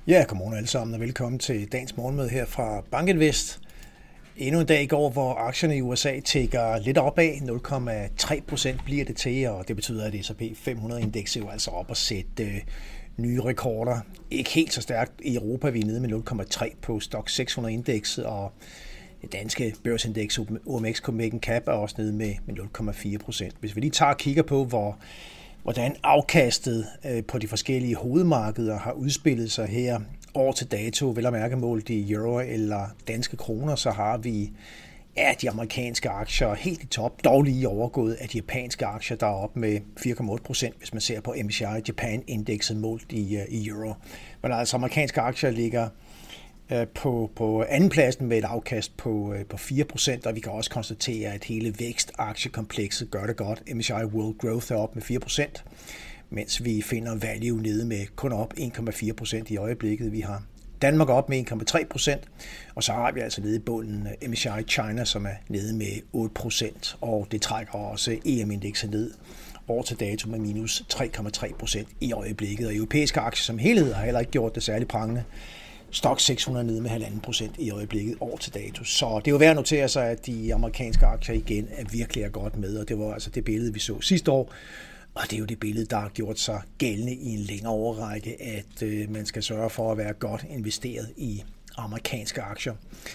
Ja, godmorgen alle sammen og velkommen til dagens morgenmøde her fra BankInvest. Endnu en dag i går, hvor aktierne i USA tækker lidt opad. 0,3% bliver det til, og det betyder, at S&P 500-indeks er jo altså op og sætte nye rekorder. Ikke helt så stærkt i Europa, vi er nede med 0,3 på Stoxx 600-indekset, og det danske børsindeks OMX Copenhagen Cap er også nede med 0,4%. Hvis vi lige tager og kigger på, hvordan afkastet på de forskellige hovedmarkeder har udspillet sig her år til dato, vel at mærke målt i euro eller danske kroner, så har vi de amerikanske aktier helt i top, dog lige overgået af de japanske aktier, der er op med 4,8%, hvis man ser på MSCI Japan-indekset målt i euro. Men altså amerikanske aktier ligger på andenpladsen med et afkast på 4%, og vi kan også konstatere, at hele vækstaktiekomplekset gør det godt. MSCI World Growth er op med 4%, mens vi finder value nede med kun op 1,4% i øjeblikket. Vi har Danmark op med 1,3%, og så har vi altså nede i bunden MSCI China, som er nede med 8%, og det trækker også EM-indekset ned år til dato med minus 3,3% i øjeblikket. Og europæiske aktier som helhed har heller ikke gjort det særlig prangende. Stoxx 600 nede med 1,5% i øjeblikket år til dato. Så det er jo værd at notere sig, at de amerikanske aktier igen er virkelig godt med, og det var altså det billede, vi så sidste år. Og det er jo det billede, der har gjort sig gældende i en længere årrække, at man skal sørge for at være godt investeret i amerikanske aktier.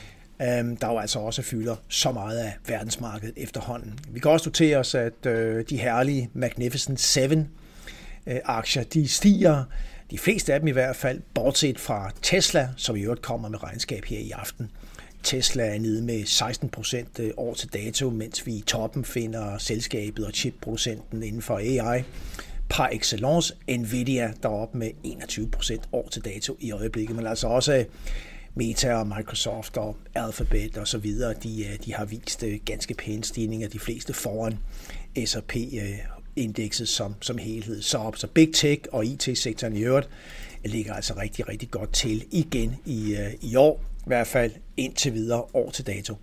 Der jo altså også fylder så meget af verdensmarkedet efterhånden. Vi kan også notere os, at de herlige Magnificent Seven aktier, de stiger. De fleste af dem i hvert fald, bortset fra Tesla, som i øvrigt kommer med regnskab her i aften. Tesla er nede med 16% år til dato, mens vi i toppen finder selskabet og chipproducenten inden for AI. Par excellence, Nvidia, der er op med 21% år til dato i øjeblikket, men altså også Meta og Microsoft og Alphabet og så videre, de har vist ganske pæne stigninger, de fleste foran S&P indekset som helhed. Så Big Tech og IT-sektoren i øvrigt ligger altså rigtig, rigtig godt til igen i år, i hvert fald indtil videre år til dato.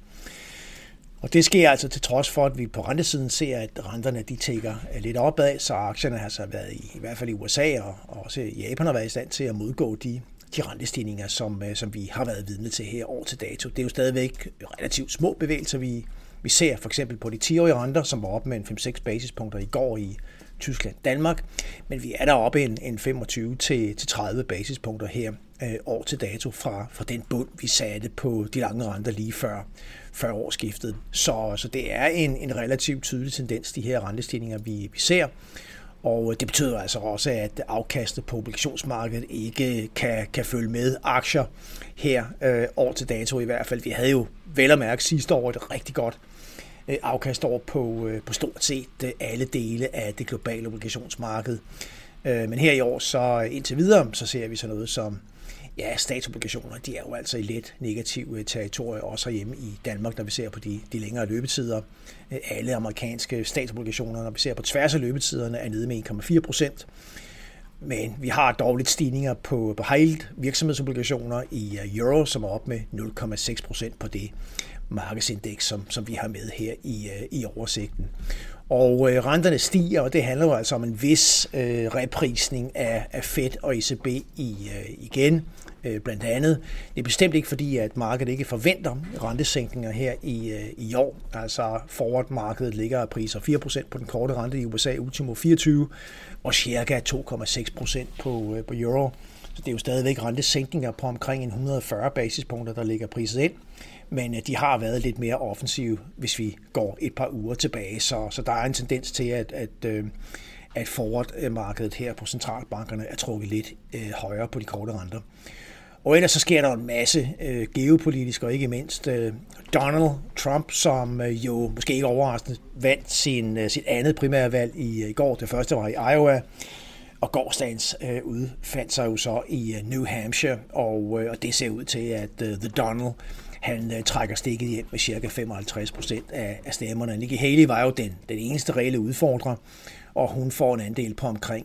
Og det sker altså til trods for, at vi på rentesiden ser, at renterne de tækker lidt opad, så aktierne har så været i hvert fald i USA og også Japan har været i stand til at modgå de rentestigninger, som vi har været vidne til her år til dato. Det er jo stadigvæk relativt små bevægelser, vi ser for eksempel på de 10-årige renter, som var op med en 5-6 basispunkter i går i Tyskland, Danmark, men vi er deroppe en 25-30 basispunkter her år til dato fra den bund, vi satte på de lange renter lige før årsskiftet. Så det er en relativt tydelig tendens, de her rentestigninger, vi ser. Og det betyder altså også, at afkastet på obligationsmarkedet ikke kan følge med aktier her år til dato i hvert fald. Vi havde jo vel at mærke sidste år et rigtig godt afkast over på stort set alle dele af det globale obligationsmarked. Men her i år, så indtil videre, så ser vi så noget som statsobligationer, de er jo altså i lidt negativ territorie, også hjemme i Danmark, når vi ser på de længere løbetider. Alle amerikanske statsobligationer, når vi ser på tværs af løbetiderne, er nede med 1,4%. Men vi har dog lidt stigninger på high-yield virksomhedsobligationer i euro, som er op med 0,6% på det markedsindeks, som vi har med her i oversigten. Og renterne stiger, og det handler jo altså om en vis reprisning af Fed og ECB igen, blandt andet. Det er bestemt ikke fordi, at markedet ikke forventer rentesænkninger her i år. Altså forward-markedet ligger af priser 4% på den korte rente i USA ultimo 24, og cirka 2,6% på euro. Så det er jo stadigvæk rentesænkninger på omkring 140 basispunkter, der ligger priset ind. Men de har været lidt mere offensive, hvis vi går et par uger tilbage. Så der er en tendens til, at forward-markedet her på centralbankerne er trukket lidt højere på de korte renter. Og ellers så sker der en masse geopolitisk, og ikke mindst Donald Trump, som jo måske ikke overraskende vandt sit andet primærvalg i går. Det første var i Iowa, og gårsdagens udfandt sig jo så i New Hampshire, og det ser ud til, at The Donald han trækker stikket hjem med ca. 55% af stemmerne. Nikki Haley var jo den eneste reelle udfordrer, og hun får en andel på omkring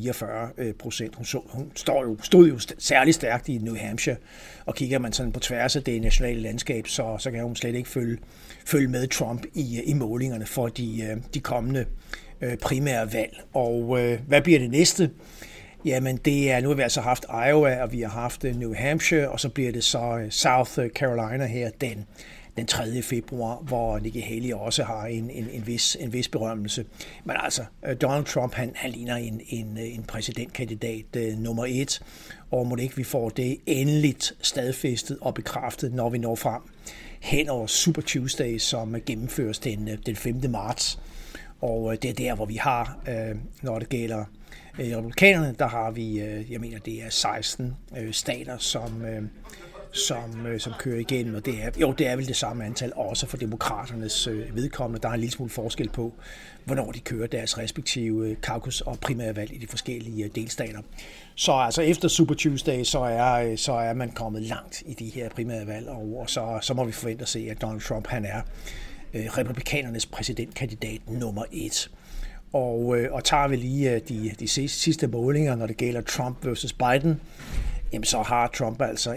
44%. Hun stod jo særlig stærkt i New Hampshire, og kigger man sådan på tværs af det nationale landskab, så kan hun slet ikke følge med Trump i målingerne for de kommende primære valg. Og hvad bliver det næste? Jamen, nu har vi altså haft Iowa, og vi har haft New Hampshire, og så bliver det så South Carolina her den 3. februar, hvor Nikki Haley også har en vis berømmelse. Men altså, Donald Trump, han ligner en præsidentkandidat nummer 1, og må det ikke vi får det endeligt stadfæstet og bekræftet, når vi når frem hen over Super Tuesday, som gennemføres den 5. marts. Og det er der, hvor vi har, når det gælder republikanerne, der har vi, jeg mener, det er 16 stater, som kører igennem, og det er vel det samme antal også for demokraternes vedkommende. Der er en lille smule forskel på, hvornår de kører deres respektive caucus og primærvalg i de forskellige delstater. Så altså efter Super Tuesday, så er man kommet langt i de her primærvalg, og så må vi forvente at se, at Donald Trump, han er republikanernes præsidentkandidat nummer 1. Og tager vi lige de sidste målinger, når det gælder Trump versus Biden, jamen så har Trump altså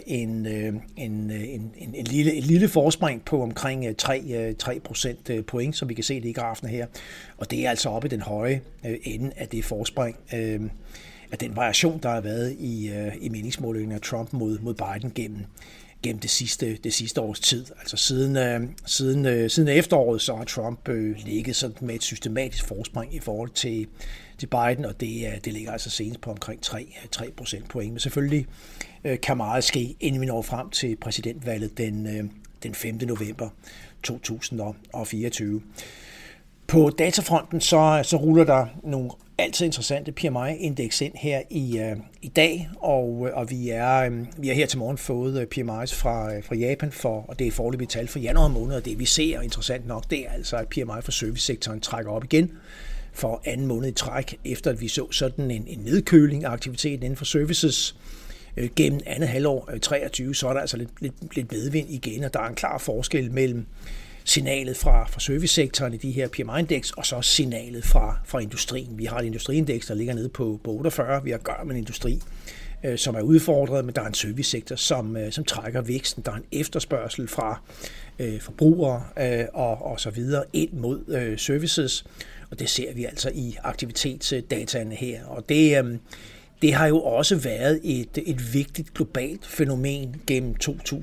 et lille forspring på omkring 3 procentpoint, som vi kan se det i grafen her. Og det er altså oppe i den høje ende af det forspring, af den variation, der har været i meningsmålingen af Trump mod Biden gennem det sidste års tid. Altså siden efteråret, så har Trump ligget sådan med et systematisk forspring i forhold til Biden, og det ligger altså senest på omkring 3 procentpoint. Men selvfølgelig kan meget ske, inden vi når frem til præsidentvalget den 5. november 2024. På datafronten så ruller der nogle altid interessante PMI-indeks ind her i dag, og vi er her til morgen fået PMI's fra Japan, og det er foreløbige tal for januar måned, og det vi ser interessant nok, det er altså, at PMI for servicesektoren trækker op igen for anden måned i træk, efter at vi så sådan en nedkøling af aktiviteten inden for services gennem andet halvår 23, så er der altså lidt medvind igen, og der er en klar forskel mellem signalet fra servicesektoren i de her PMI-indeks, og så signalet fra industrien. Vi har et industriindeks, der ligger nede på 48. Vi har at gøre med en industri, som er udfordret, men der er en servicesektor, som trækker væksten. Der er en efterspørgsel fra forbrugere og så videre ind mod services, og det ser vi altså i aktivitetsdataene her. Og det har jo også været et vigtigt globalt fænomen gennem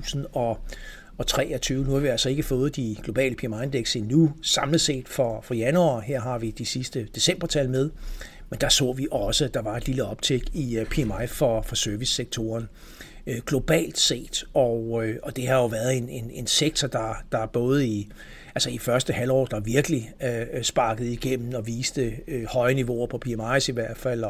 2023. Nu har vi altså ikke fået de globale PMI-indeks endnu samlet set for januar. Her har vi de sidste decembertal med, men der så vi også, at der var et lille optik i PMI for servicesektoren globalt set, og det har jo været en sektor, der både i første halvår, der virkelig sparkede igennem og viste høje niveauer på PMI's i hvert fald,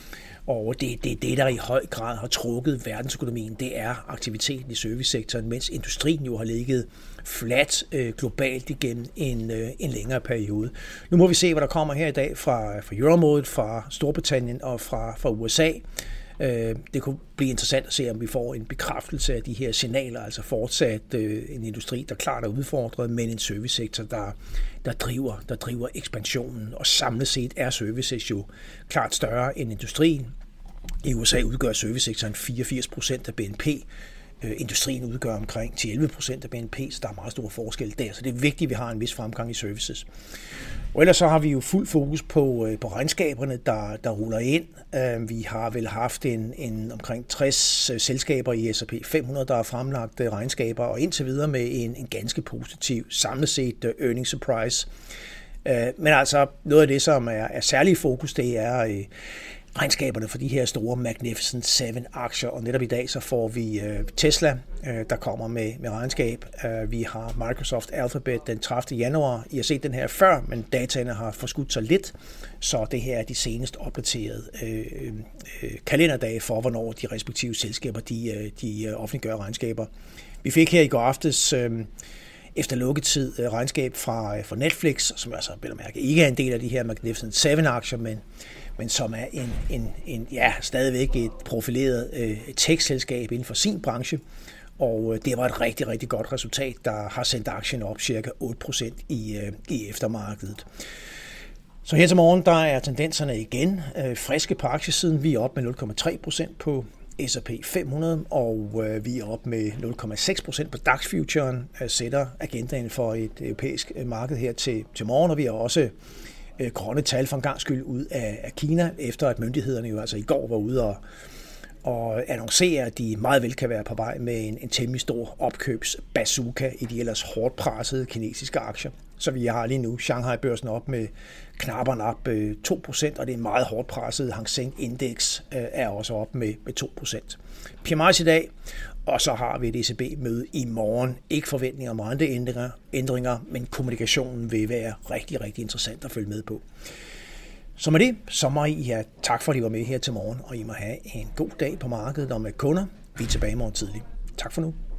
og det, der i høj grad har trukket verdensøkonomien, det er aktiviteten i servicesektoren, mens industrien jo har ligget fladt globalt igennem en længere periode. Nu må vi se, hvad der kommer her i dag fra Euroområdet, fra Storbritannien og fra USA. Det kunne blive interessant at se, om vi får en bekræftelse af de her signaler, altså fortsat en industri, der klart er udfordret, men en servicesektor, der driver ekspansionen, og samlet set er services jo klart større end industrien. I USA udgør servicesektoren 84% af BNP. Industrien udgør omkring 11% af BNP, så der er meget stor forskel der. Så det er vigtigt, at vi har en vis fremgang i services. Og ellers så har vi jo fuld fokus på regnskaberne, der ruller ind. Vi har vel haft omkring 60 selskaber i S&P 500, der har fremlagt regnskaber, og indtil videre med en ganske positiv samlet set earnings surprise. Men altså noget af det, som er særlig fokus, det er regnskaberne for de her store Magnificent 7-aktier, og netop i dag så får vi Tesla, der kommer med regnskab. Vi har Microsoft Alphabet den 30. januar. I har set den her før, men dataene har forskudt sig lidt, så det her er de senest opdaterede kalenderdage for, hvornår de respektive selskaber de offentliggør regnskaber. Vi fik her i går aftes efter lukketid regnskab fra Netflix, som altså vel at mærke ikke er en del af de her Magnificent 7-aktier, men som er stadigvæk et profileret tech-selskab inden for sin branche, og det var et rigtig, rigtig godt resultat, der har sendt aktien op ca. 8% i eftermarkedet. Så her til morgen, der er tendenserne igen friske på aktiesiden. Vi er op med 0,3% på S&P 500, og vi er op med 0,6% på DAX-futuren, sætter agendaen for et europæisk marked her til morgen, og vi har også grønne tal for en gang skyld ud af Kina, efter at myndighederne jo altså i går var ude og annoncerer, at de meget vel kan være på vej med en temmelig stor opkøbsbazooka i de ellers hårdt pressede kinesiske aktier. Så vi har lige nu Shanghai-børsen op med knapperne op 2%, og det er meget hårdt presset. Hang Seng-indeks er også op med 2%. PMI's i dag, og så har vi et ECB-møde i morgen. Ikke forventninger om andre ændringer, men kommunikationen vil være rigtig, rigtig interessant at følge med på. Så med det, så må I have tak for, at I var med her til morgen, og I må have en god dag på markedet og med kunder. Vi er tilbage i morgen tidlig. Tak for nu.